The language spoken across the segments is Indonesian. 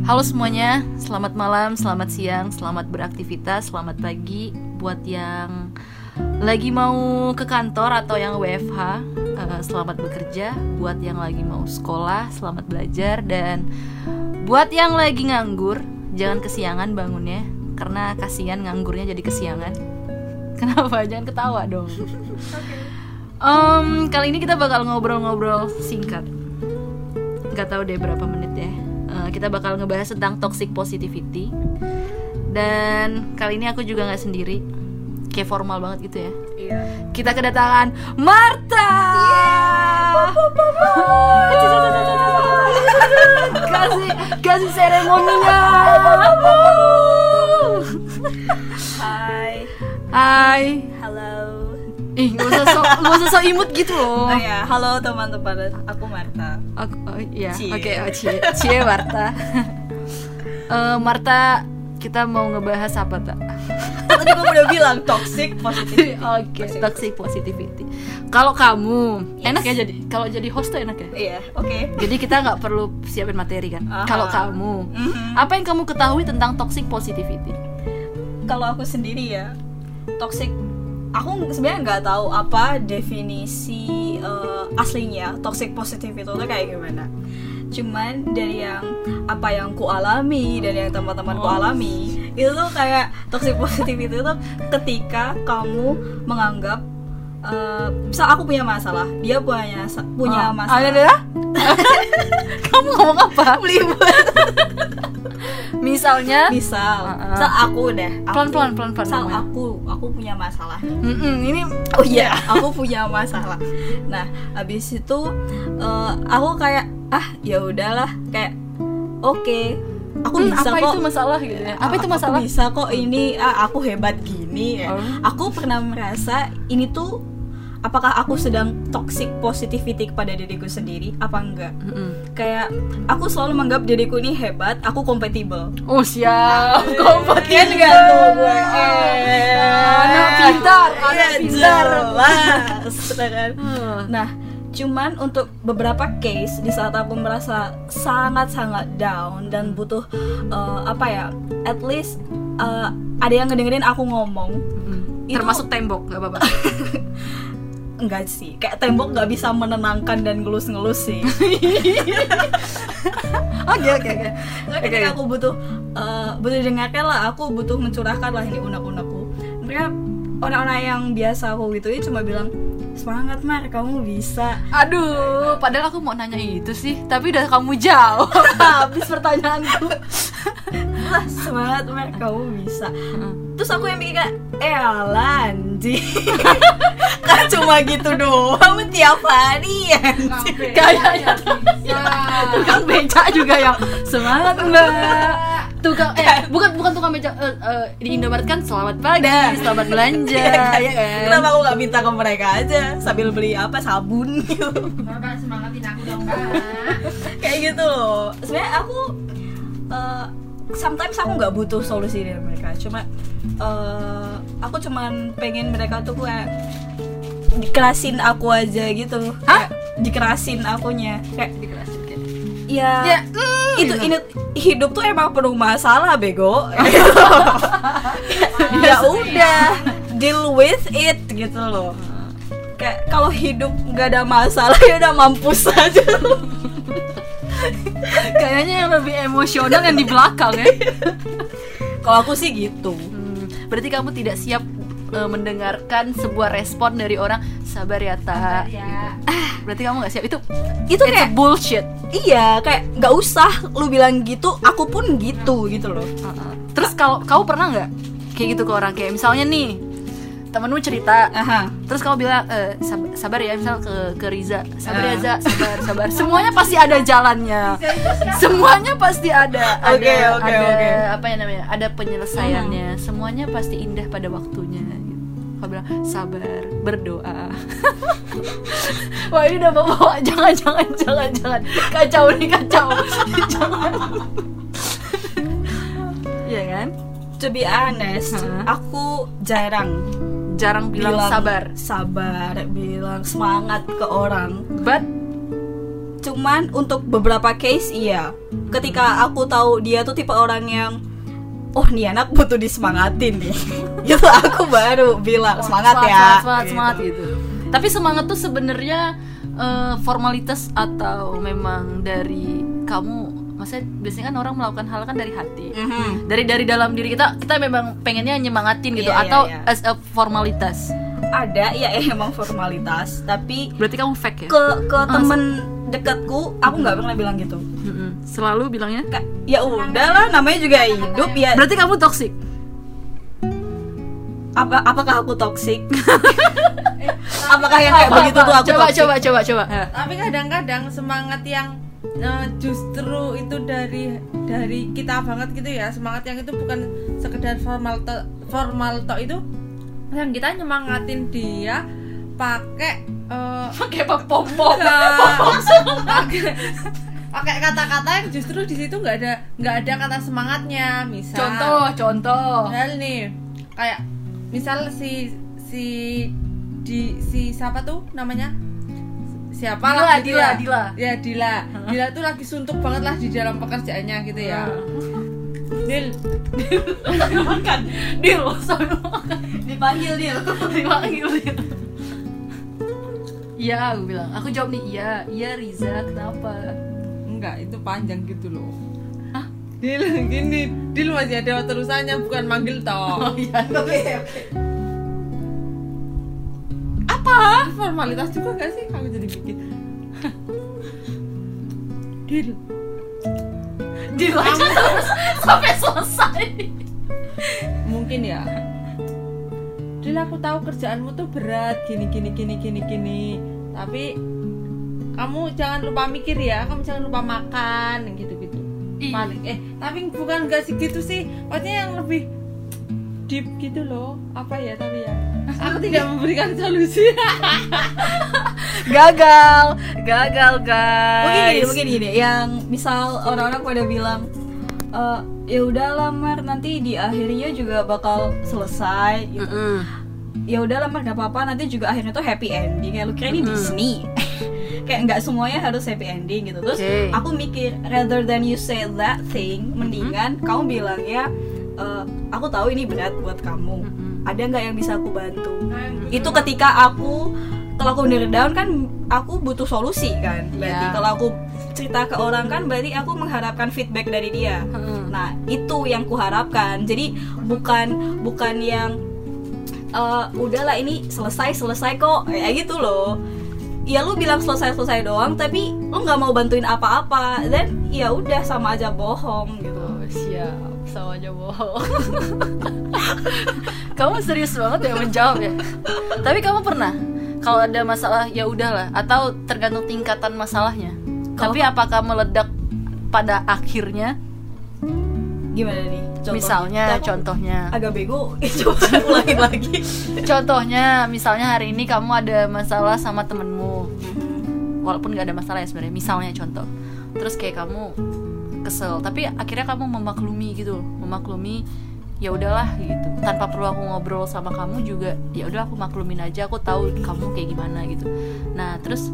Halo semuanya, selamat malam, selamat siang, selamat beraktivitas, selamat pagi buat yang lagi mau ke kantor atau yang WFH, selamat bekerja. Buat yang lagi mau sekolah, selamat belajar. Dan buat yang lagi nganggur, jangan kesiangan bangunnya, karena kasihan nganggurnya jadi kesiangan. Kenapa? Jangan ketawa dong. Kali ini kita bakal ngobrol-ngobrol singkat. Gak tahu deh berapa menit ya. Kita bakal ngebahas tentang toxic positivity. Dan kali ini aku juga gak sendiri. Kayak formal banget gitu ya. Iya. Kita kedatangan Martha. Kasih seremoninya. Hai. Halo. Ih, gak usah so imut gitu loh. Oh ya, halo teman-teman. Aku Martha. Iya, Cie. oke, Cie Martha. Martha, kita mau ngebahas apa tak? Tadi gue udah bilang toxic positivity. Oke, toxic positivity. Kalau kamu, Yes. enak ya kalau jadi host tuh enak ya. Iya, oke. Jadi kita nggak perlu siapin materi kan. Aha. Kalau kamu, apa yang kamu ketahui tentang toxic positivity? Kalau aku sendiri ya, toxic. Aku sebenarnya nggak tahu apa definisi aslinya toxic positivity itu kayak gimana. Cuman dari yang apa yang ku alami dan yang teman-temanku alami, itu tuh kayak toxic positivity itu ketika kamu menganggap misal aku punya masalah, dia punya masalah. Ada? Kamu ngomong apa? Misalnya, misal aku deh, pelan-pelan. misal aku punya masalah. Ini Oh iya, aku punya masalah. Nah, habis itu aku kayak ya udahlah, kayak oke, aku bisa apa kok. itu masalah gitu ya? Apa itu masalah? Aku bisa kok ini, aku hebat gini ya. Aku pernah merasa ini tuh apakah aku sedang toxic positivity kepada diriku sendiri apa enggak? Kayak aku selalu menganggap diriku ini hebat, aku kompatibel. Oh siap, kompeten Kan tuh gue? Anak pintar, anak pintar. Jelas, kan? Nah, cuman untuk beberapa case di saat aku merasa sangat-sangat down dan butuh at least ada yang ngedengerin aku ngomong. Itu- Termasuk tembok, nggak apa-apa. Enggak sih, kayak tembok nggak bisa menenangkan dan ngelus-ngelus sih. Oke. Ketika aku butuh didengarkan lah, aku butuh mencurahkan lah ini unek-unekku. Mereka orang-orang yang biasa aku gituin cuma bilang, semangat Mar, kamu bisa. Aduh, padahal aku mau nanya itu sih, tapi udah kamu jawab. Habis pertanyaanku. Lah, semangat Mar, kamu bisa. Terus aku yang mikir kayak, anjing. Kan cuma gitu doang tiap hari ya. Kayaknya tukang beca juga yang semangat Mbak. Tukang bukan tukang beca di Indomaret kan selamat pagi, selamat belanja, ya kan? Kenapa aku nggak minta ke mereka aja sambil beli sabun gitu? Bapak semangatin aku dong, Mbak. Kayak gitu loh. Sebenarnya aku sometimes aku nggak butuh solusi dari mereka. Cuma aku cuman pengen mereka tuh kayak dikerasin aku aja gitu. Kayak dikerasin akunya. Kayak Dikerasin kayak. ya, ini hidup tuh emang penuh masalah bego. Ya udah, deal with it gitu loh. Kayak kalau hidup nggak ada masalah ya udah mampus aja. Kayaknya yang lebih emosional yang di belakang ya. Kalau aku sih gitu. Berarti kamu tidak siap mendengarkan sebuah respon dari orang sabar ya tak. Ya. Berarti kamu nggak siap itu Itu it's kayak bullshit. iya, kayak nggak usah lu bilang gitu, aku pun gitu loh. Terus kalau kamu pernah nggak kayak gitu ke orang, kayak misalnya nih temenmu cerita, terus kamu bilang sabar ya, misal ke Riza, sabar ya Za, sabar. Semuanya pasti ada jalannya. Semuanya pasti ada. Oke. Apa ya namanya? Ada penyelesaiannya. Semuanya pasti indah pada waktunya. Kau bilang sabar, berdoa. Wah ini udah bawa, jangan. Kacau nih, kacau. Jangan. Iya kan? To be honest, aku jarang bilang sabar, bilang semangat ke orang. but Cuman untuk beberapa case iya. Ketika aku tahu dia tuh tipe orang yang oh nih anak butuh disemangatin nih. Gitu aku baru bilang semangat ya. Semangat gitu. Tapi semangat tuh sebenarnya formalitas atau memang dari kamu? Maksudnya biasanya kan orang melakukan hal kan dari hati. Dari dalam diri kita memang pengennya nyemangatin gitu atau as a formalitas. Ada ya emang formalitas, tapi berarti kamu fake ya? Ke temen dekatku aku nggak pernah bilang gitu. Selalu bilangnya ya udahlah namanya juga hidup ya. Berarti kamu toksik. Apakah aku toksik? Apakah yang kayak begitu tuh aku toksik? Coba. Tapi kadang-kadang semangat yang justru itu dari kita banget gitu ya. Semangat yang itu bukan sekedar formal tok itu yang kita nyemangatin dia pakai pakai kata-kata yang justru di situ nggak ada kata semangatnya. Misal contoh misal nih kayak misal si siapa tuh namanya siapa Dila. Ya Dila tuh lagi suntuk banget lah di dalam pekerjaannya gitu ya. Dil Dipanggil Dil. Iya, aku bilang. Aku jawab nih, iya Riza, kenapa? Enggak, itu panjang gitu loh. Dil, gini, Dil masih ada terusannya, bukan manggil toh. Oh iya. Oke. Apa? Formalitas juga gak sih? Aku jadi bikin. Dil aja terus sampai selesai. Mungkin ya. Dil, aku tahu kerjaanmu tuh berat, gini. Tapi kamu jangan lupa mikir ya, kamu jangan lupa makan, gitu-gitu. Tapi bukan gak sih gitu sih. Maksudnya yang lebih deep gitu loh. Apa ya tapi ya? Aku tidak memberikan solusi. Gagal guys. Mungkin gini, yang misal orang-orang pada bilang ya udah lamar nanti di akhirnya juga bakal selesai gitu. Ya udah lamar gak apa-apa nanti juga akhirnya tuh happy ending. Kayak lu kira ini Disney. Kayak nggak semuanya harus happy ending gitu. Terus aku mikir rather than you say that thing, mendingan kamu bilang ya aku tahu ini berat buat kamu. Ada nggak yang bisa aku bantu? Itu ketika kalau aku bener down kan aku butuh solusi kan. Berarti kalau aku cerita ke orang kan berarti aku mengharapkan feedback dari dia. Nah itu yang kuharapkan. Jadi bukan yang udahlah ini selesai kok kayak gitu loh. Ya lu bilang selesai doang tapi lu nggak mau bantuin apa-apa, dan ya udah sama aja bohong gitu. Siap, sama aja bohong. Kamu serius banget ya menjawab ya. Tapi kamu pernah kalau ada masalah ya udahlah, atau tergantung tingkatan masalahnya. Tapi apakah meledak pada akhirnya? Gimana nih? Contohnya agak bego, coba ulangin lagi. Contohnya, misalnya hari ini kamu ada masalah sama temenmu, walaupun gak ada masalah ya sebenarnya. Misalnya contoh, terus kayak kamu kesel, tapi akhirnya kamu memaklumi gitu, ya udahlah gitu, tanpa perlu aku ngobrol sama kamu juga. Ya udah aku maklumin aja, aku tahu kamu kayak gimana gitu. Nah terus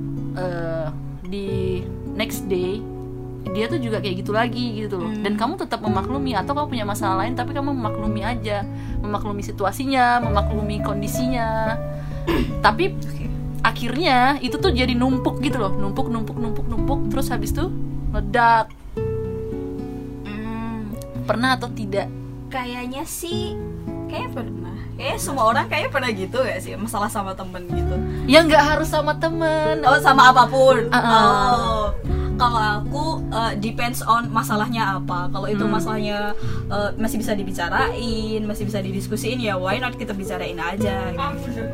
di next day dia tuh juga kayak gitu lagi gitu loh. Dan kamu tetap memaklumi, atau kamu punya masalah lain tapi kamu memaklumi aja, memaklumi situasinya, memaklumi kondisinya. Tapi akhirnya itu tuh jadi numpuk gitu loh, numpuk terus habis itu meledak. Pernah atau tidak? Kayaknya sih pernah. Kayaknya semua orang kayaknya pernah gitu gak sih, masalah sama temen gitu. Ya nggak harus sama temen, sama apapun. Kalau aku depends on masalahnya apa. Kalau itu masalahnya masih bisa dibicarain, masih bisa didiskusiin, ya why not kita bicarain aja gitu.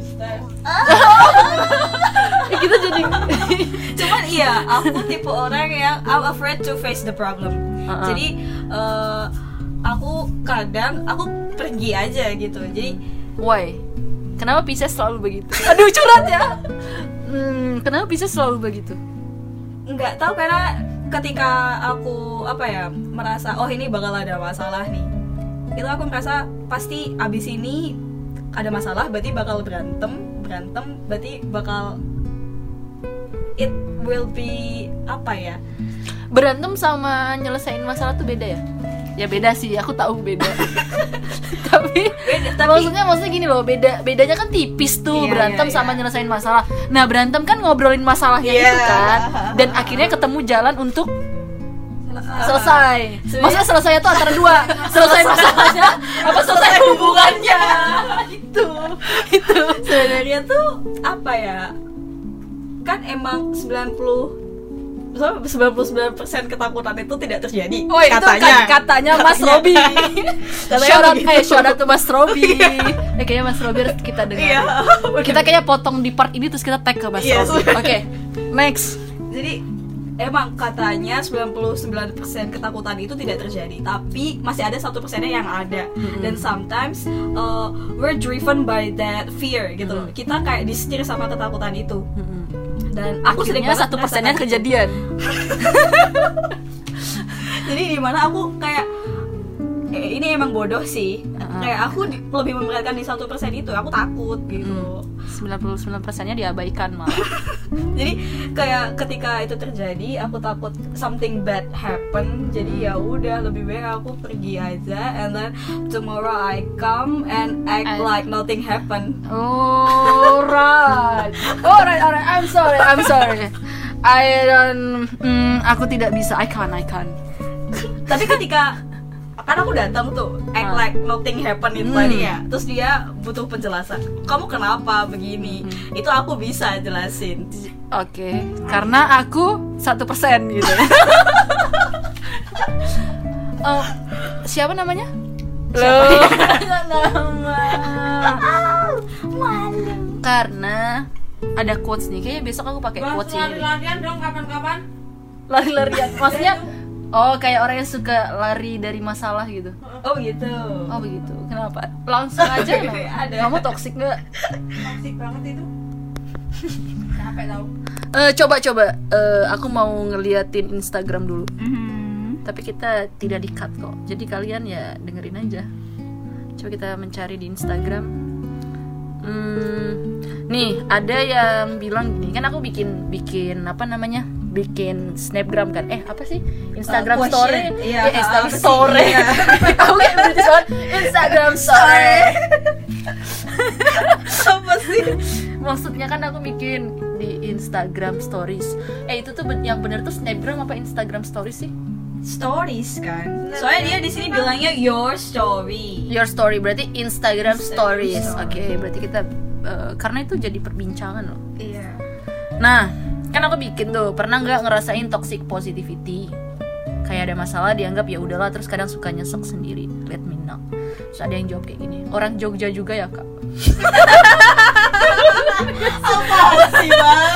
Kita jadi cuman iya, aku tipe orang yang I'm afraid to face the problem. Jadi aku kadang pergi aja gitu. Jadi why? Kenapa Pisces selalu begitu? Aduh curhat ya. Kenapa Pisces selalu begitu? Nggak tahu, karena ketika aku merasa oh ini bakal ada masalah nih, itu aku merasa pasti abis ini ada masalah, berarti bakal berantem berarti bakal will be apa ya? Berantem sama nyelesain masalah tuh beda ya? Ya beda sih, aku tahu beda. tapi maksudnya gini loh, bedanya kan tipis tuh. Berantem sama nyelesain masalah. Nah, berantem kan ngobrolin masalahnya itu kan, dan akhirnya ketemu jalan untuk selesai. Maksudnya selesai itu antara dua, selesai masalahnya apa selesai hubungannya. itu Sebenarnya tuh apa ya? Kan emang 99% ketakutan itu tidak terjadi. Oh, katanya Mas Robi. Shout out to Mas Robi. Kayaknya Mas Robi harus kita dengar. Kita kayaknya potong di part ini terus kita tag ke Mas Robi. Oke, next. Jadi emang katanya 99% ketakutan itu tidak terjadi, tapi masih ada 1% yang ada. Dan sometimes we're driven by that fear gitu loh. Kita kayak disetir sama ketakutan itu. Dan aku sering banget 1%-nya kejadian. Jadi di mana aku kayak ini emang bodoh sih. Kayak aku lebih memberatkan di 1% itu. Aku takut gitu. 99%-nya diabaikan malah. Jadi kayak ketika itu terjadi, aku takut something bad happen. Jadi ya udah, lebih baik aku pergi aja, and then tomorrow I come and act like nothing happened. Alright. I'm sorry. Aku tidak bisa. I can't. Tapi ketika kan aku datang tuh act like nothing happen itu tadi ya, terus dia butuh penjelasan, kamu kenapa begini, itu aku bisa jelasin. Oke, karena aku 1% gitu. Siapa namanya? Malu. Karena ada quotes nih, kayaknya besok aku pakai quotes ini. Lari-larian dong kapan-kapan. Lari-larian, maksudnya kayak orang yang suka lari dari masalah gitu. Oh gitu. Oh begitu. Kenapa? Langsung aja ada. Kamu toksik nggak? Toksik banget itu. Capek tau. Coba. Aku mau ngeliatin Instagram dulu. Tapi kita tidak di-cut kok. Jadi kalian ya dengerin aja. Coba kita mencari di Instagram. Nih ada yang bilang gini, kan aku bikin apa namanya? Bikin snapgram kan, apa sih Instagram story, Instagram story, aku kayak British banget, Instagram story, apa sih? Maksudnya kan aku bikin di Instagram stories, itu tuh yang bener tuh snapgram apa Instagram stories sih? Stories kan, soalnya dia di sini bilangnya your story. Your story berarti Instagram stories. Oke, berarti kita karena itu jadi perbincangan loh. Iya. Nah, kan aku bikin tuh, pernah nggak ngerasain toxic positivity? Kayak ada masalah dianggap ya udahlah, terus kadang suka nyesek sendiri. Let me know. Terus ada yang jawab kayak gini, orang Jogja juga ya kak? Apa sih bang?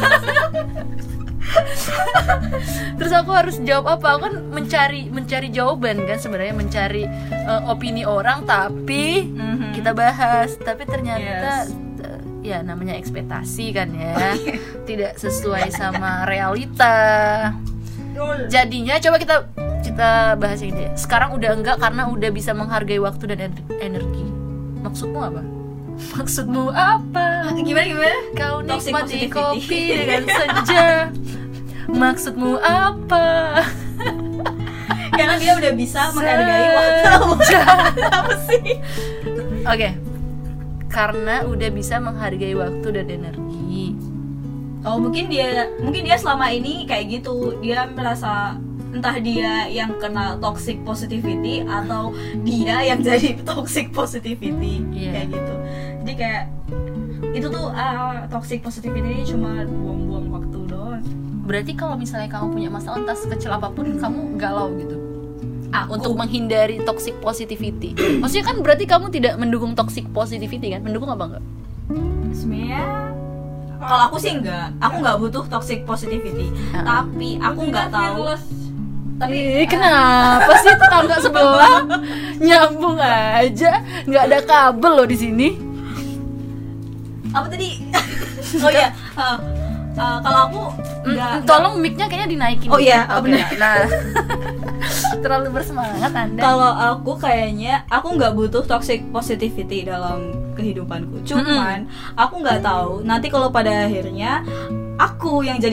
Terus aku harus jawab apa? Aku kan mencari jawaban kan, sebenarnya mencari opini orang, tapi kita bahas. Tapi ternyata ya namanya ekspektasi kan ya, tidak sesuai sama realita. Jadinya coba kita bahas ini. Sekarang udah enggak karena udah bisa menghargai waktu dan energi. Maksudmu apa? Maksudmu apa? Gimana? Kau nikmati kopi dengan senja. Maksudmu apa? Karena dia udah bisa menghargai waktu. Apa sih? Oke. Karena udah bisa menghargai waktu dan energi. Oh, mungkin dia selama ini kayak gitu. Dia merasa entah dia yang kena toxic positivity atau dia yang jadi toxic positivity. Kayak gitu. Jadi kayak itu tuh toxic positivity cuma buang-buang waktu doang. Berarti kalau misalnya kamu punya masalah entah sekecil apapun, kamu galau gitu untuk menghindari toxic positivity. Maksudnya kan berarti kamu tidak mendukung toxic positivity kan? Mendukung apa enggak? Sebenarnya kalau aku sih enggak. Aku enggak butuh toxic positivity. Tapi aku enggak tahu. Tapi kenapa sih tetangga sebelah nyambung aja, nggak ada kabel loh di sini. Apa tadi? Oh ya, kalau aku tolong mic-nya kayaknya dinaikin. Oh iya, benar. Nah, terlalu bersemangat Anda. Kalau aku kayaknya aku nggak butuh toxic positivity dalam kehidupanku. Cuman aku nggak tahu nanti kalau pada akhirnya aku yang jadi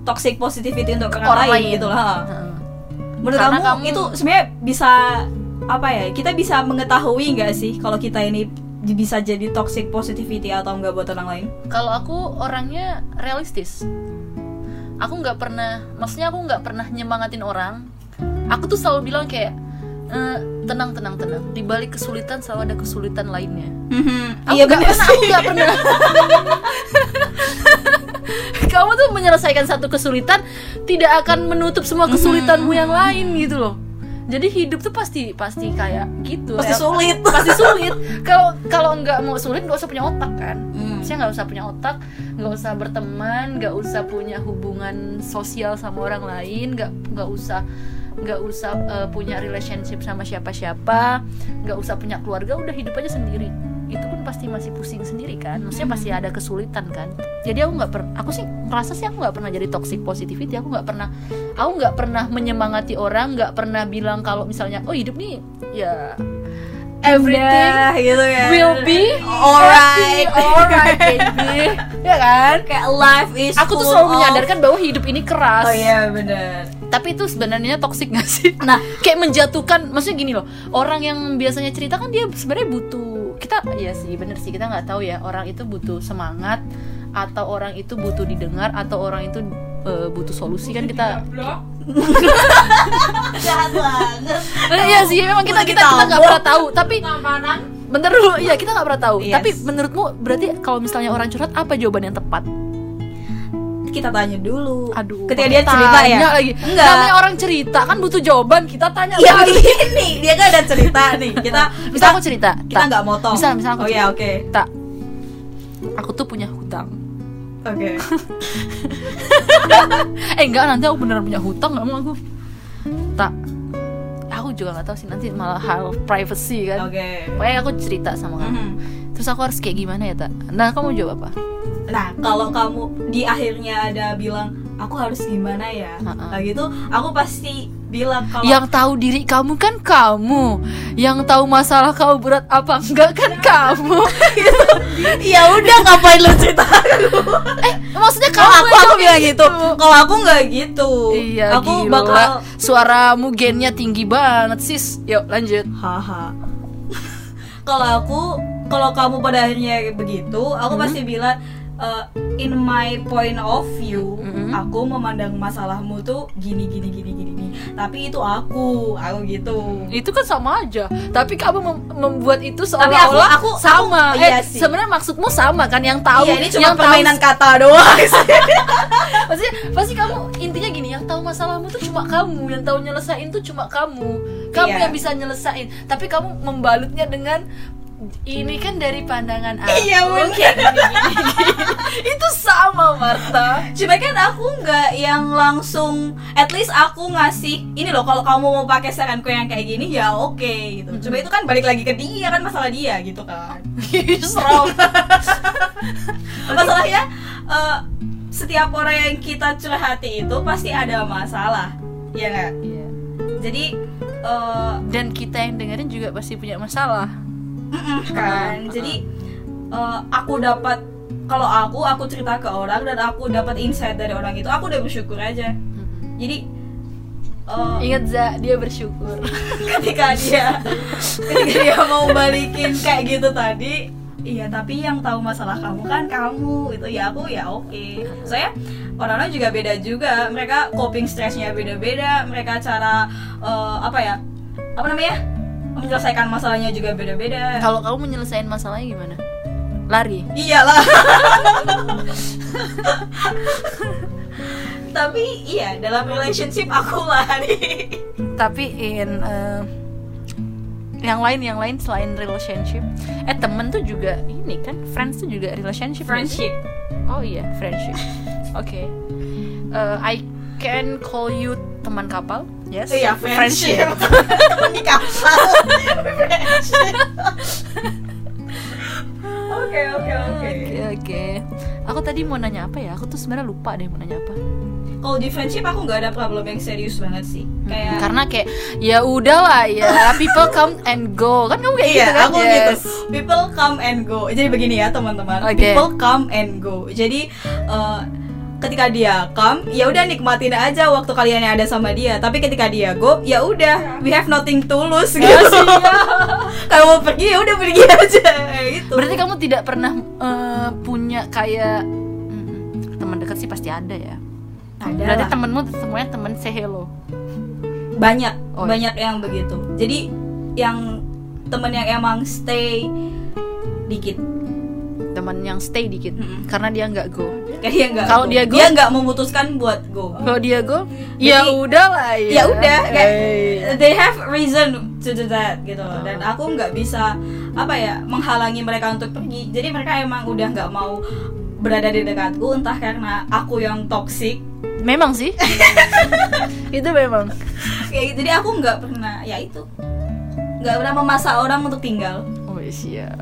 toxic positivity untuk Ke orang orang lain lain. gitu lah. Heeh. Menurut Karena kamu itu sebenarnya bisa apa ya? Kita bisa mengetahui nggak sih kalau kita ini bisa jadi toxic positivity atau enggak buat orang lain? Kalau aku orangnya realistis. Aku nggak pernah, maksudnya aku nggak pernah nyemangatin orang. Aku tuh selalu bilang kayak tenang. Di balik kesulitan selalu ada kesulitan lainnya. Iya benar sih. Aku nggak pernah. Kamu tuh menyelesaikan satu kesulitan tidak akan menutup semua kesulitanmu yang lain gitu loh. Jadi hidup tuh pasti kayak gitu. Pasti sulit. Pasti sulit. Kalau nggak mau sulit nggak usah punya otak kan. Saya nggak usah punya otak, nggak usah berteman, nggak usah punya hubungan sosial sama orang lain, nggak usah punya relationship sama siapa-siapa, nggak usah punya keluarga, udah hidup aja sendiri. Itu pun pasti masih pusing sendiri kan, maksudnya pasti ada kesulitan kan. Jadi aku sih merasa sih aku nggak pernah jadi toxic positivity. Aku nggak pernah menyemangati orang, nggak pernah bilang kalau misalnya hidup nih ya everything gitu ya. will be alright, baby, ya kan? Kayak life is. Aku tuh full selalu of- menyadarkan bahwa hidup ini keras. Oh iya benar. Tapi itu sebenarnya toksik gak sih? Nah, Kayak menjatuhkan, maksudnya gini loh, orang yang biasanya cerita kan dia sebenarnya butuh kita, ya sih bener sih, kita nggak tahu ya orang itu butuh semangat atau orang itu butuh didengar atau orang itu butuh solusi kan kita. jahat banget. Iya sih memang kita nggak pernah tahu. Tapi bener dulu, ya kita nggak pernah tahu. Yes. Tapi menurutmu berarti kalau misalnya orang curhat apa jawaban yang tepat? Kita tanya dulu. Aduh, ketika dia pakai cerita tanya ya. lagi. Enggak. Namanya orang cerita kan butuh jawaban, kita tanya Iya lagi. begini, dia kan ada cerita nih. Misal aku cerita, kita nggak motong. Misal aku Oh cerita. ya oke. Tak, aku tuh punya hutang. Oke. Enggak, nanti aku beneran punya hutang, nggak mau aku. Tak, aku juga nggak tahu sih, nanti malah hal privacy kan. Oke. Pokoknya aku cerita sama kamu. Terus aku harus kayak gimana ya, Tak? Nah, kamu jawab apa? Nah, kalau kamu di akhirnya ada bilang aku harus gimana ya, nah gitu, aku pasti bilang kalau Yang tahu diri kamu kan kamu, yang tahu masalah kamu berat apa enggak kan kamu. ya udah ngapain lu cerita Maksudnya kalau kamu aku bilang gitu. Kalau aku nggak gitu. Iya, aku gila. bakal Suaramu gennya tinggi banget, sis. Yuk, lanjut. haha. Kalau kamu pada akhirnya begitu, aku pasti bilang in my point of view, aku memandang masalahmu tuh gini. Tapi itu aku gitu. Itu kan sama aja. Tapi kamu membuat itu Tapi seolah-olah aku sama. iya sih. Sebenarnya maksudmu sama kan, yang tahu. Iya, ini cuma yang permainan tahu, kata doang. Maksudnya pasti kamu intinya gini, yang tahu masalahmu tuh cuma kamu, yang tahu nyelesain tuh cuma kamu. Kamu Iya. yang bisa nyelesain. Tapi kamu membalutnya dengan ini kan dari pandangan aku. Iya, bener. Kayak gini. Itu sama, Marta. Cuma kan aku nggak yang langsung, at least aku ngasih ini loh, kalau kamu mau pakai saranku yang kayak gini ya oke gitu. Cuma itu kan balik lagi ke dia, kan masalah dia gitu kan. Seram. Masalahnya setiap orang yang kita curhati itu pasti ada masalah, ya nggak? Iya. Jadi Dan kita yang dengerin juga pasti punya masalah. kan. Jadi kalau aku cerita ke orang dan aku dapat insight dari orang itu, aku udah bersyukur aja. Jadi Ingat Za, dia bersyukur. ketika dia mau balikin kayak gitu tadi, iya tapi yang tahu masalah kamu kan kamu, itu ya aku ya oke. Saya orang-orang juga beda juga, mereka coping stressnya beda-beda, mereka cara menyelesaikan masalahnya juga beda-beda. Kalau kamu menyelesaikan masalahnya gimana? Lari. Iyalah. Tapi iya, dalam relationship aku lari. Tapi yang lain selain relationship, temen tuh juga ini kan, friends tuh juga relationship. Friendship. Oh iya, friendship. Oke. I can call you teman kapal. Yes. Iya, friendship. Temen di kapal. Oke. Aku tadi mau nanya apa ya? Aku tuh sebenarnya lupa deh mau nanya apa. Kalau di friendship aku nggak ada problem yang serius banget sih. Kayak Karena kayak ya udahlah ya, people come and go. Kan kamu kayak iya, gitu kan? aku gitu. People come and go. Jadi begini ya teman-teman. Oke. People come and go. Jadi ketika dia come, ya udah nikmatin aja waktu kalian yang ada sama dia. Tapi ketika dia go, ya udah, we have nothing to lose gitu. Kalau mau pergi ya udah pergi aja gitu. Berarti kamu tidak pernah punya kayak teman dekat sih pasti ada ya. Ada Berarti lah. temenmu semuanya temen say hello. Banyak, Oh, banyak yang begitu. Jadi yang temen yang emang stay dikit, Teman yang stay dikit karena dia nggak go. kayak dia nggak. Kalau dia go? dia nggak memutuskan buat go. Kalau dia go, ya Jadi, udah lah ya. Ya udah, kayak Eh. they have reason to do that gitu. Dan aku nggak bisa menghalangi mereka untuk pergi. Jadi mereka emang udah nggak mau berada di dekatku, entah karena aku yang toxic. Memang sih. Itu memang. Kayak gitu. Jadi aku nggak pernah nggak pernah memaksa orang untuk tinggal. Oh siap.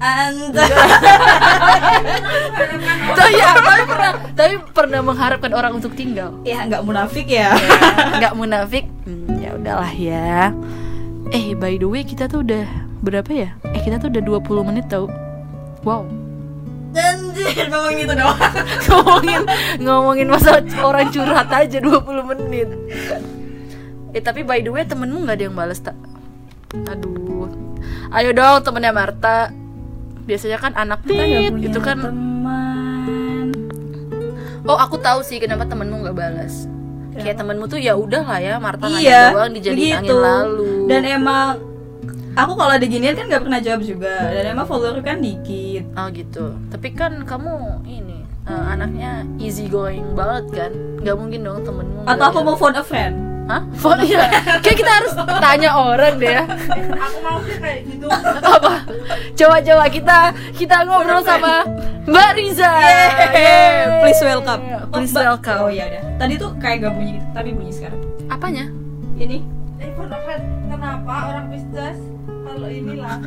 Tapi pernah mengharapkan orang untuk tinggal. Ya nggak munafik ya. Nggak munafik. Ya udahlah ya. By the way kita tuh udah berapa ya? Kita tuh udah 20 menit tau. Wow. Anjir, ngomong gitu doang. ngomongin masa orang curhat aja 20 menit. Tapi by the way temenmu nggak ada yang balas tak? Aduh. Ayo dong temennya Marta. Biasanya kan anak tit itu kan. Teman. Oh aku tahu sih kenapa temenmu nggak balas. Kayak temenmu tuh ya udah lah ya Marta nanya Iya, doang dijadiin begitu. angin lalu. Dan emang aku kalau ada ginian kan nggak pernah jawab juga. Dan emang follower kan dikit. Oh gitu. Tapi kan kamu ini anaknya easy going banget kan. Nggak mungkin dong temenmu. Atau nggak aku ada. mau phone a friend. Hah? Phone ya? Kayak kita harus tanya orang deh ya. Aku mau kayak gitu. Apa? Coba kita ngobrol sama Mbak Riza. Yeay. Please welcome. Please Mbak. welcome. Oh iya dah. Tadi tuh kayak gak bunyi gitu, tapi bunyi sekarang. Apanya? Ini. Kenapa orang bisnis kalau inilah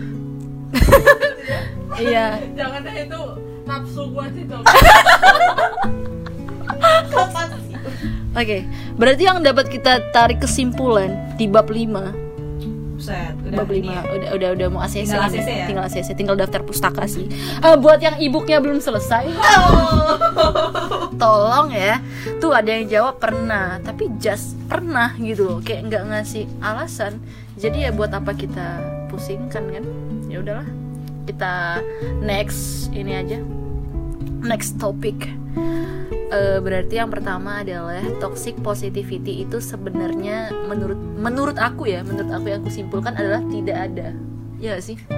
Iya. jangan deh itu nafsu gua sih dong. Oke. Berarti yang dapat kita tarik kesimpulan di bab 5. Buset, Bab 5 ini ya. udah mau ACC. Tinggal ini. ACC ya? Tinggal ACC, tinggal daftar pustaka sih. Buat yang e-booknya belum selesai. Tolong ya. Tuh ada yang jawab pernah, tapi just pernah gitu loh. Kayak nggak ngasih alasan. Jadi ya buat apa kita pusingkan kan? Ya udahlah. Kita next ini aja. Next topic. Berarti yang pertama adalah toxic positivity itu sebenarnya menurut aku yang aku simpulkan adalah tidak ada. Ya gak sih?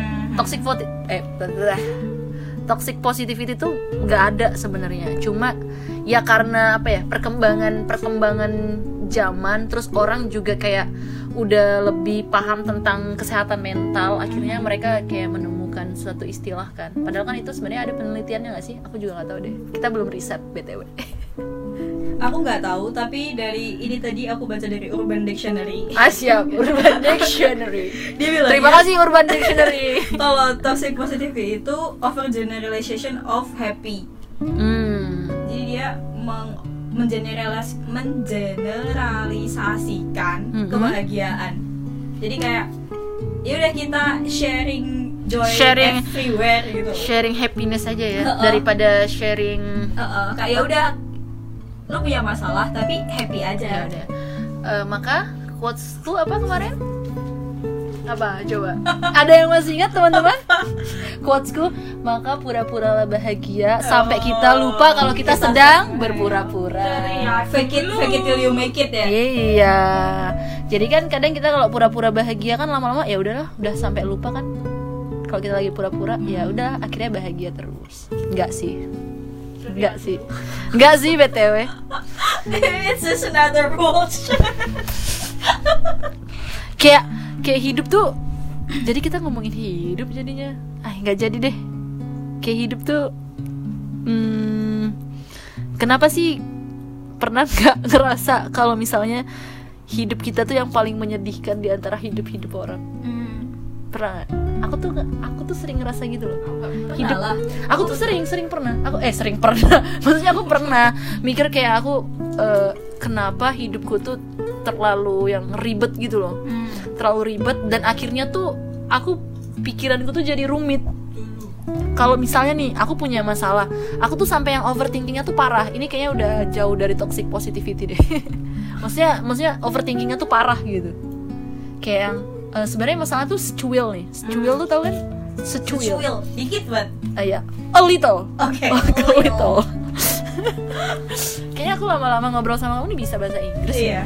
Toxic positivity itu nggak ada sebenarnya. Cuma ya karena perkembangan zaman, terus orang juga kayak udah lebih paham tentang kesehatan mental. Akhirnya mereka kayak menemukan suatu istilah kan. Padahal kan itu sebenarnya ada penelitiannya nggak sih? Aku juga nggak tahu deh. Kita belum riset btw. Aku nggak tahu, tapi dari ini tadi aku baca dari Urban Dictionary. Siap, Urban Dictionary. Dia bilang, Terima kasih Urban Dictionary. kalau toxic positivity itu overgeneralization of happy. Jadi dia mengeneralisasikan kebahagiaan. Jadi kayak ya udah kita sharing joy everywhere gitu. Sharing happiness aja ya daripada sharing Kayak ya udah lu punya masalah tapi happy aja. ya udah. Maka quotes tuh apa kemarin? Apa coba? Ada yang masih ingat teman-teman? Quotesku, maka pura-puralah bahagia sampai kita lupa kalau kita sedang berpura-pura. Fake it till you make it ya. Iya. Jadi kan kadang kita kalau pura-pura bahagia kan lama-lama ya udahlah, udah sampai lupa kan. Kalau kita lagi pura-pura ya udah akhirnya bahagia terus. Enggak sih BTW. It's just another bullshit. Kayak hidup tuh. Jadi kita ngomongin hidup jadinya. Nggak jadi deh. Kayak hidup tuh kenapa sih pernah nggak ngerasa kalau misalnya hidup kita tuh yang paling menyedihkan di antara hidup-hidup orang? Pernah gak? Aku tuh sering ngerasa gitu loh. Hidup aku tuh sering pernah. Sering pernah. Maksudnya aku pernah mikir kayak aku kenapa hidupku tuh terlalu yang ribet gitu loh. Terlalu ribet dan akhirnya tuh pikiranku tuh jadi rumit. kalau misalnya nih aku punya masalah, aku tuh sampai yang overthinkingnya tuh parah. Ini kayaknya udah jauh dari toxic positivity deh. maksudnya overthinkingnya tuh parah gitu. Kayak yang sebenarnya masalah tuh secuil nih. Secuil tuh tau kan? Secuil. Dikit banget. Ya, a little. Oke. A little. Kayaknya aku lama-lama ngobrol sama kamu nih bisa bahasa Inggris Iya. ya.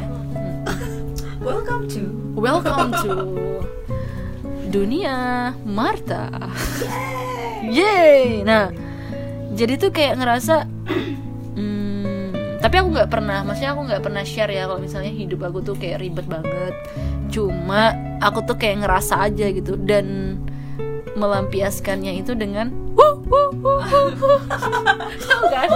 Welcome to Dunia Marta. Yeay. Nah, jadi tuh kayak ngerasa tapi aku nggak pernah share ya kalau misalnya hidup aku tuh kayak ribet banget. Cuma aku tuh kayak ngerasa aja gitu dan melampiaskannya itu dengan tahu kan?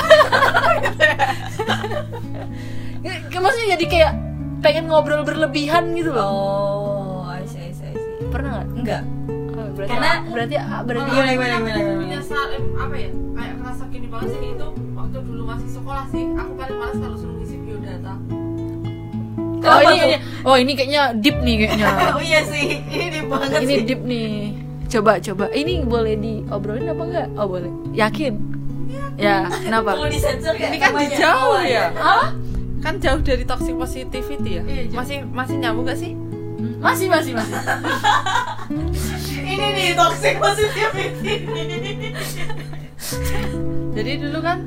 Maksudnya jadi kayak pengen ngobrol berlebihan gitu loh. Oh, I see. Pernah nggak? Enggak. Oh, berarti Gimana? Menyesal apa ya? Kayak ngerasa gini banget sih itu waktu dulu masih sekolah sih. Aku paling malas kalau suruh ngisi biodata. Ini kayaknya deep nih kayaknya. Oh iya sih, ini deep banget Ini sih. deep nih. Coba. Ini boleh diobrolin apa enggak? Oh, boleh. Yakin? Ya, kenapa? Perlu disensor nggak? Ini kan namanya? jauh ya. Ah? Kan jauh dari toxic positivity ya. Masih nyambung gak sih? Masih. Ini nih toxic positivity. Jadi dulu kan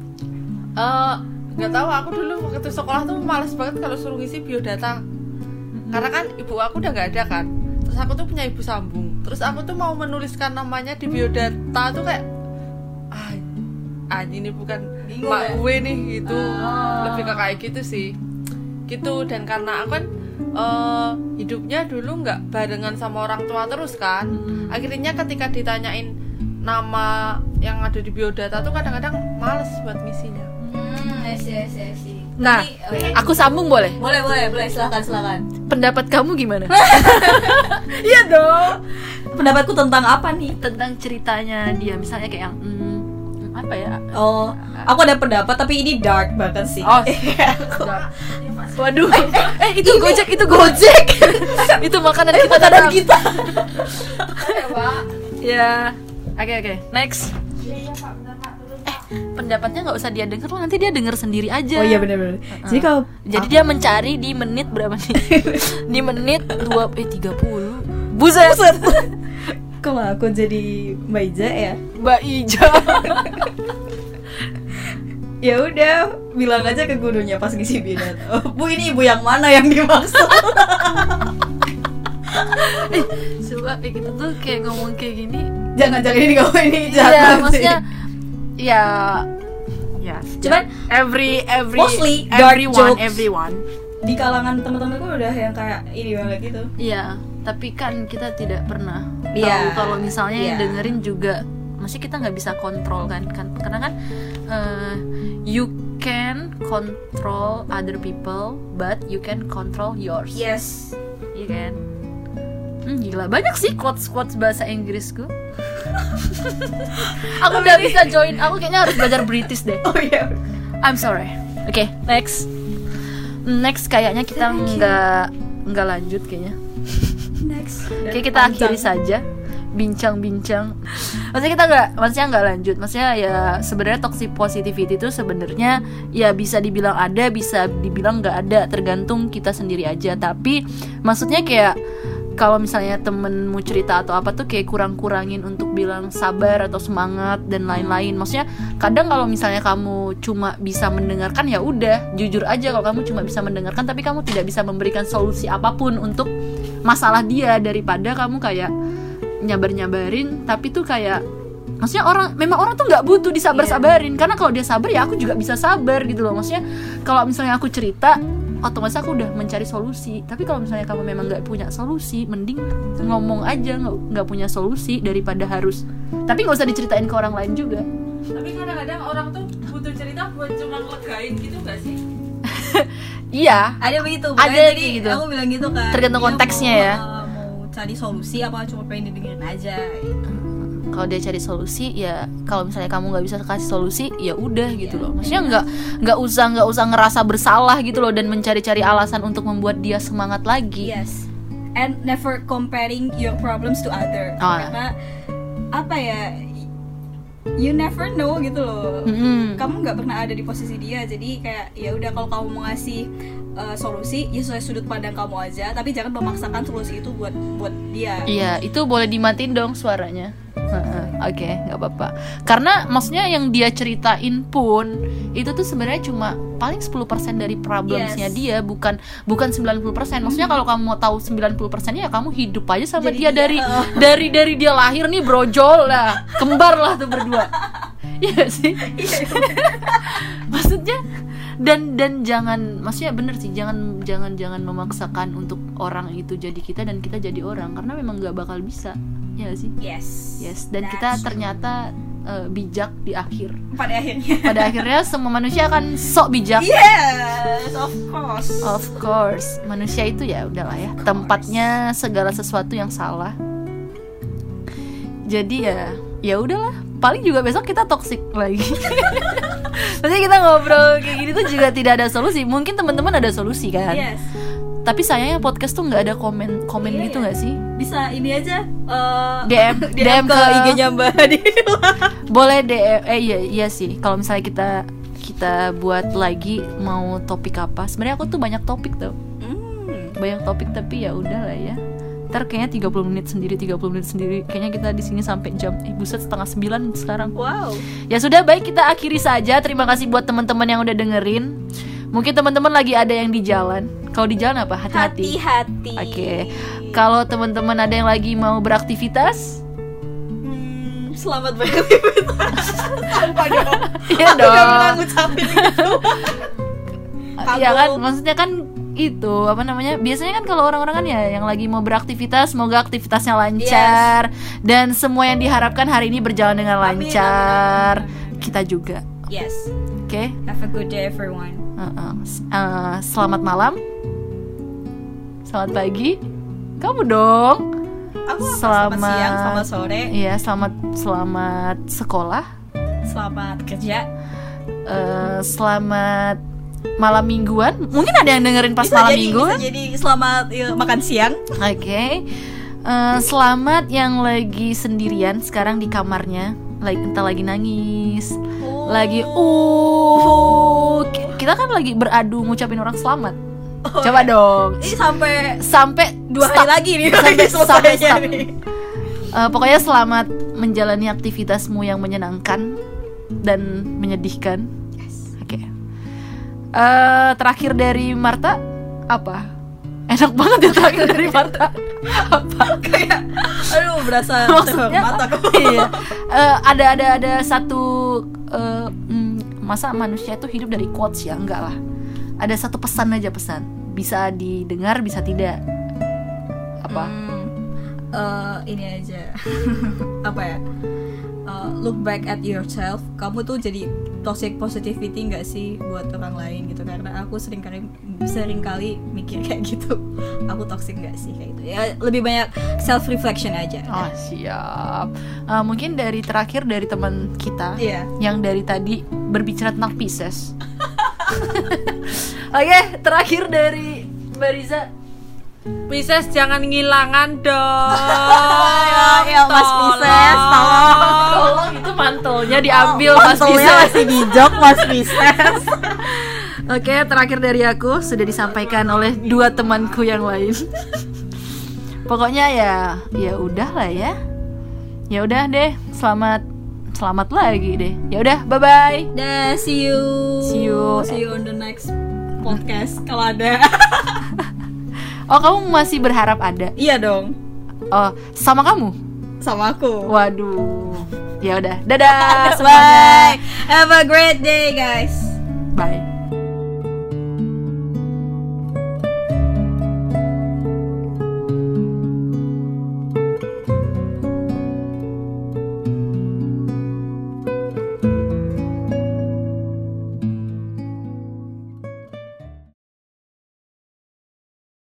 nggak tahu, aku dulu waktu sekolah tuh malas banget kalau suruh ngisi biodata. Karena kan ibu aku udah nggak ada kan. Terus aku tuh punya ibu sambung. Terus aku tuh mau menuliskan namanya di biodata tuh kayak ini bukan Bingung mak ya? gue nih gitu. Lebih ke kayak gitu sih. Gitu. Dan karena aku kan hidupnya dulu nggak barengan sama orang tua terus kan. Akhirnya ketika ditanyain nama yang ada di biodata tuh kadang-kadang males buat ngisinya. I see. Nah, Tapi, aku sambung boleh? boleh, silakan. Pendapat kamu gimana? Iya dong. Pendapatku tentang apa nih? Tentang ceritanya dia misalnya kayak yang apa ya? Oh, aku ada pendapat tapi ini dark banget sih. Oh, waduh. Itu Gojek. Itu makanan kita. Ya. Oke. Next. Pendapatnya nggak usah dia denger lah, nanti dia denger sendiri aja. Oh iya benar. Jadi dia mencari di menit berapa nih? Di menit 30. Buset. kalau aku jadi Mbak Iza ya. Mbak Ija. Ya udah, bilang aja ke gurunya pas ngisi biodata. Oh, Bu, ini ibu yang mana yang dimaksud? Coba kita tuh kayak ngomong kayak gini. Jangan ini kamu ini jahat. Iya, sih. maksudnya ya. Cuman mostly dark jokes. everyone. Di kalangan teman-temanku udah yang kayak ini banget gitu. Iya, tapi kan kita tidak pernah Iya. tahu kalau misalnya yang Iya. dengerin juga, masih kita nggak bisa kontrol kan karena kan you can control other people but you can control yours. Yes. Iya kan? Gila, banyak sih quotes bahasa Inggrisku. Aku udah bisa join. Aku kayaknya harus belajar British deh. Oh iya. I'm sorry. Oke, next kayaknya kita nggak lanjut kayaknya. Next. Oke, kita akhiri saja bincang-bincang. Maksudnya nggak lanjut. Maksudnya ya sebenarnya toxic positivity itu sebenarnya ya bisa dibilang ada, bisa dibilang nggak ada, tergantung kita sendiri aja. Tapi maksudnya kayak kalau misalnya temenmu cerita atau apa tuh kayak kurangin untuk bilang sabar atau semangat dan lain-lain. Maksudnya kadang kalau misalnya kamu cuma bisa mendengarkan, ya udah jujur aja kalau kamu cuma bisa mendengarkan tapi kamu tidak bisa memberikan solusi apapun untuk masalah dia, daripada kamu kayak nyabarin tapi tuh kayak maksudnya memang orang tuh nggak butuh disabar-sabarin. Karena kalau dia sabar ya aku juga bisa sabar gitu loh. Maksudnya kalau misalnya aku cerita otomatis aku udah mencari solusi. Tapi kalau misalnya kamu memang nggak punya solusi, mending ngomong aja nggak punya solusi daripada harus. Tapi nggak usah diceritain ke orang lain juga. Tapi kadang-kadang orang tuh butuh cerita buat cuma ngelegain gitu nggak sih? Iya. Ada begitu. Ada Tadi gitu. aku bilang gitu kan. Tergantung Dia konteksnya mau, ya. Mau cari solusi apa cuma pengen didengerin aja. Gitu. Kalau dia cari solusi ya, kalau misalnya kamu nggak bisa kasih solusi ya udah gitu loh. Maksudnya nggak usah ngerasa bersalah gitu loh dan mencari-cari alasan untuk membuat dia semangat lagi. Yes. And never comparing your problems to other. Oh. Karena apa ya, you never know gitu loh. Kamu nggak pernah ada di posisi dia, jadi kayak ya udah, kalau kamu mau ngasih solusi ya sesuai sudut pandang kamu aja, tapi jangan memaksakan solusi itu buat dia. Iya, itu boleh dimatiin dong suaranya. Oke, nggak apa-apa. Karena maksudnya yang dia ceritain pun itu tuh sebenarnya cuma paling 10% dari problemsnya dia, bukan 90%. Maksudnya kalau kamu mau tahu 90%-nya ya kamu hidup aja sama Jadi dari dia lahir nih brojol lah, kembar lah tuh berdua. Iya sih. Maksudnya dan jangan, maksudnya bener sih, jangan memaksakan untuk orang itu jadi kita dan kita jadi orang, karena memang nggak bakal bisa, ya sih. Yes. Dan kita ternyata bijak di akhir. Pada akhirnya semua manusia akan sok bijak. Yes, of course. Manusia itu ya udahlah ya, tempatnya segala sesuatu yang salah. Jadi ya udahlah. Paling juga besok kita toxic lagi. Maksudnya kita ngobrol kayak gini tuh juga tidak ada solusi. Mungkin teman-teman ada solusi kan. Yes. Tapi sayangnya podcast tuh nggak ada komen gitu nggak sih? Bisa ini aja. DM ke IG-nya Mbak Adila. Boleh DM. Iya sih. Kalau misalnya kita buat lagi mau topik apa? Sebenarnya aku tuh banyak topik tuh. Banyak topik, tapi ya udahlah ya. Ntar kayaknya 30 menit sendiri. Kayaknya kita di sini sampai jam buset 8:30 sekarang. Wow. Ya sudah, baik, kita akhiri saja. Terima kasih buat teman-teman yang udah dengerin. Mungkin teman-teman lagi ada yang di jalan. Kalau di jalan apa? Hati-hati. Oke. Kalau teman-teman ada yang lagi mau beraktivitas, selamat beraktivitas. Sumpah dong. Iya dong. Aku gak pernah ngucapin gitu. Iya kan, maksudnya kan itu apa namanya, biasanya kan kalau orang-orang kan ya yang lagi mau beraktivitas, semoga aktivitasnya lancar, dan semua yang diharapkan hari ini berjalan dengan lancar. Amin. Kita juga. Yes. Oke. Have a good day everyone. Selamat malam, selamat pagi, kamu dong. Selamat siang, selamat sore. Iya, selamat sekolah, selamat kerja, selamat malam mingguan. Mungkin ada yang dengerin pas malam mingguan. Bisa jadi selamat makan siang. Oke. Selamat yang lagi sendirian sekarang di kamarnya, entah lagi nangis, lagi kita kan lagi beradu ngucapin orang selamat. Coba dong. Ini sampai 2 hari lagi nih. Sampai stop. Pokoknya selamat menjalani aktivitasmu yang menyenangkan dan menyedihkan. Oke. Terakhir dari Marta apa? Enak banget ya terakhir dari Marta. Apa? Kayak berasa maksudnya mataku. Iya. Ada satu masa manusia itu hidup dari quotes ya? Enggak lah. Ada satu pesan. Bisa didengar, bisa tidak. Apa? Ini aja. Apa ya? Look back at yourself. Kamu tuh jadi toxic positivity nggak sih buat orang lain gitu? Karena aku sering kali mikir kayak gitu. Aku toxic nggak sih kayak gitu? Ya lebih banyak self reflection aja. Oh siap. Mungkin dari terakhir dari teman kita yang dari tadi berbicara tentang Pisces. Oke, terakhir dari Mbak Riza. Pisces jangan ngilangan dong. Ya Mas Pisces, tolong itu mantelnya diambil. Mas Pisces masih di jok Mas Pisces. Oke, terakhir dari aku sudah disampaikan oleh 2 temanku yang lain. Pokoknya ya udah lah ya. Ya udah deh, selamat lagi deh. Ya udah, bye bye. See you on the next podcast kalau ada. Oh, kamu masih berharap ada? Iya dong. Oh, sama kamu? Sama aku. Waduh. Ya udah. Dadah semuanya. Bye. Have a great day, guys. Bye.